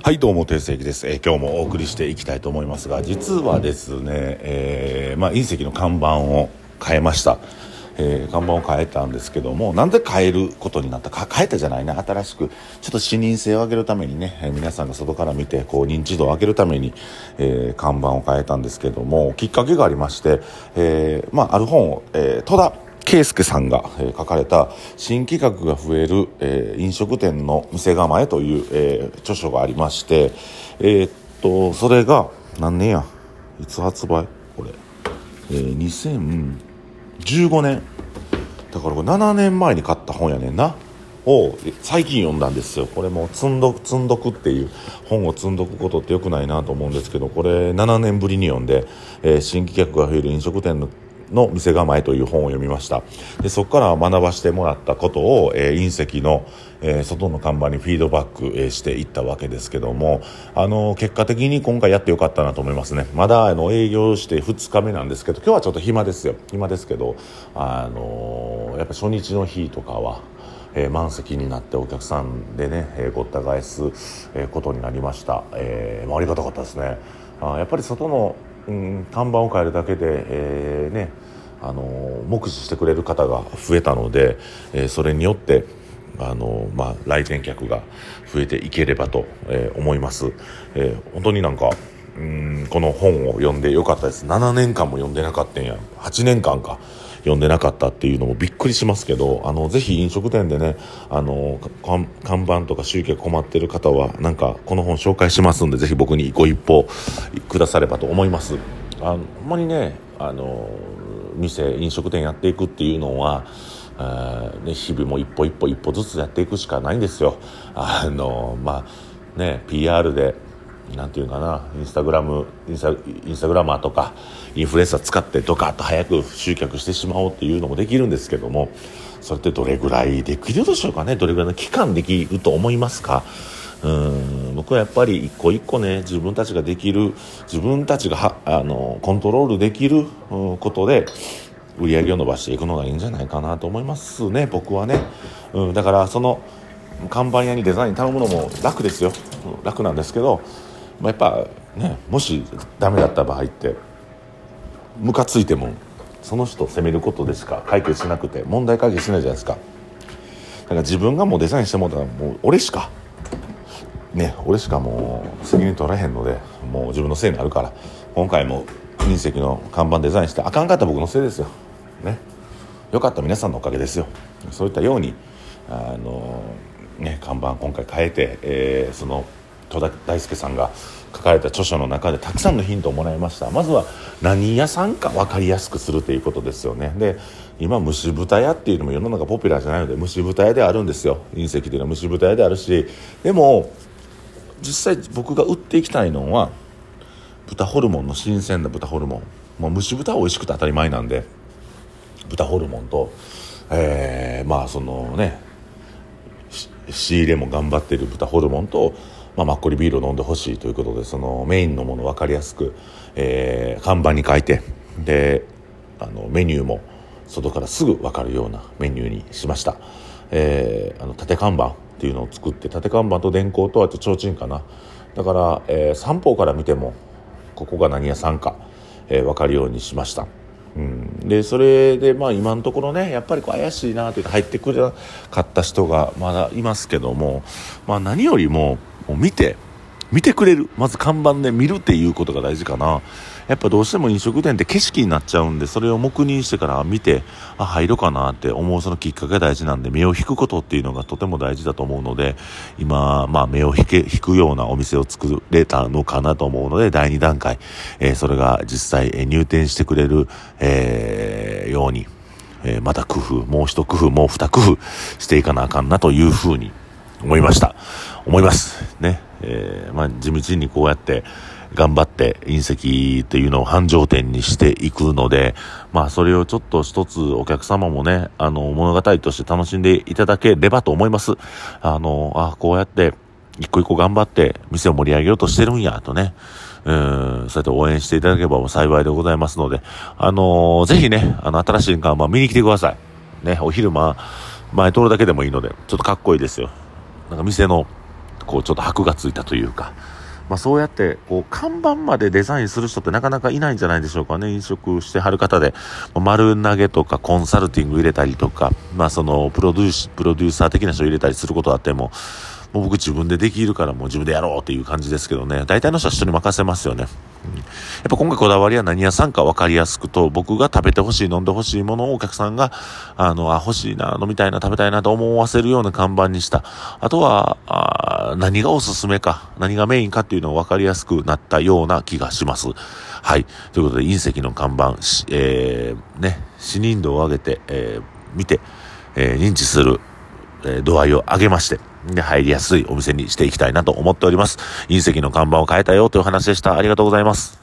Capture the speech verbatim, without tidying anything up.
はいどうも定石です、えー、今日もお送りしていきたいと思いますが、実はですね、えーまあ、隕石の看板を変えました。えー、看板を変えたんですけども、なんで変えることになったか、変えたじゃないな、新しくちょっと視認性を上げるためにね、えー、皆さんが外から見てこう認知度を上げるために、えー、看板を変えたんですけども、きっかけがありまして、えーまあ、ある本を、えー、戸田圭介さんが、えー、書かれた新企画が増える、えー、飲食店の店構えという、えー、著書がありまして、えー、っとそれが何年やいつ発売これ、えー、にせんじゅうごねんだからこれななねんまえに買った本やねんなを最近読んだんですよ。これも積んどく積んどくっていう本を積んどくことってよくないなと思うんですけど、これななねんぶりに読んで、えー、新規客が増える飲食店のの店構えという本を読みました。でそこから学ばせてもらったことを、えー、隕石の、えー、外の看板にフィードバック、えー、していったわけですけども、あのー、結果的に今回やってよかったなと思いますね。まだあの営業してふつかめなんですけど、今日はちょっと暇ですよ暇ですけど、あのー、やっぱ初日の日とかはえー、満席になってお客さんでね、えー、ごった返す、えー、ことになりました。えーまあ、ありがたかったですね。あやっぱり外の、うん、看板を変えるだけで、えーねあのー、目視してくれる方が増えたので、えー、それによって、あのーまあ、来店客が増えていければと、えー、思います。えー、本当になんかうんこの本を読んでよかったです。ななねんかんも読んでなかったんや、はちねんかんか読んでなかったっていうのもびっくりしますけど、あのぜひ飲食店でね、あの看板とか集客困ってる方はなんかこの本紹介しますんで、ぜひ僕にご一報くださればと思います。あほんまにね、あの店飲食店やっていくっていうのはあ、ね、日々も一歩一歩一歩ずつやっていくしかないんですよ。あのまあね ピーアール でなんていうかな、インスタグラムインスタ、インスタグラマーとかインフルエンサー使ってドカッと早く集客してしまおうっていうのもできるんですけども、それってどれぐらいできるでしょうかね。どれぐらいの期間できると思いますか。うーん僕はやっぱり一個一個ね、自分たちができる自分たちがはあのコントロールできることで売り上げを伸ばしていくのがいいんじゃないかなと思いますね、僕はね。うん、だからその看板屋にデザイン頼むのも楽ですよ、楽なんですけど、やっぱね、もしダメだった場合ってムカついてもその人を責めることでしか解決しなくて問題解決しないじゃないですか。だから自分がもうデザインしてもらったらもう俺しかね俺しかもう責任取らへんので、もう自分のせいになるから、今回も隕石の看板デザインしてあかんかった僕のせいですよね。よかった皆さんのおかげですよ。そういったようにあのね看板今回変えて、えー、その戸田大輔さんが書かれた著書の中でたくさんのヒントをもらいました。まずは何屋さんか分かりやすくするということですよね。で今蒸し豚屋っていうのも世の中ポピュラーじゃないので蒸し豚屋であるんですよ。隕石っていうのは蒸し豚屋であるし、でも実際僕が売っていきたいのは豚ホルモンの新鮮な豚ホルモン、もう蒸し豚は美味しくて当たり前なんで、豚ホルモンと、えー、まあそのね仕入れも頑張っている豚ホルモンと、まあ、マッコリビールを飲んでほしいということで、そのメインのもの分かりやすく、えー、看板に書いて、であのメニューも外からすぐ分かるようなメニューにしました。えー、あの縦看板っていうのを作って、縦看板と電光とあと提灯かな、だから、えー、三方から見てもここが何屋さんか、えー、分かるようにしました。うん、でそれでまあ今のところね、やっぱりこう怪しいなというか入ってくれなかった人がまだいますけども、まあ、何よりももう見て見てくれる、まず看板で見るっていうことが大事かな。やっぱどうしても飲食店って景色になっちゃうんで、それを黙認してから見てあ入ろうかなって思うそのきっかけが大事なんで、目を引くことっていうのがとても大事だと思うので、今、まあ、目を引け引くようなお店を作れたのかなと思うので、だいにだんかい、えー、それが実際、えー、入店してくれる、えー、ように、えー、また工夫もう一工夫もう二工夫していかなあかんなというふうに思いました思いますね。えーまあ、地道にこうやって頑張って隕石というのを繁盛店にしていくので、まあそれをちょっと一つお客様もね、あの物語として楽しんでいただければと思います。あのあこうやって一個一個頑張って店を盛り上げようとしてるんやとね、うん、そうやって応援していただければ幸いでございますので、あのー、ぜひね、あの新しい看板見に来てくださいね。お昼間前通るだけでもいいので、ちょっとかっこいいですよ。なんか店のこうちょっと箔がついたというか、まあ、そうやってこう看板までデザインする人ってなかなかいないんじゃないでしょうかね。飲食してはる方で丸投げとかコンサルティング入れたりとか、まあ、そのプロデュースプロデューサー的な人を入れたりすることあっても、もう僕自分でできるからもう自分でやろうっていう感じですけどね。大体の人は人に任せますよね。うん、やっぱ今回こだわりは何屋さんか分かりやすくと、僕が食べてほしい、飲んでほしいものをお客さんがあのあ欲しいな、飲みたいな、食べたいなと思わせるような看板にした。あとはあ何がおすすめか、何がメインかっていうのを分かりやすくなったような気がします。はい。ということで、隕石の看板、えー、ね、視認度を上げて、えー、見て、えー、認知する、えー、度合いを上げまして、で、入りやすいお店にしていきたいなと思っております。隕石の看板を変えたよという話でした。ありがとうございます。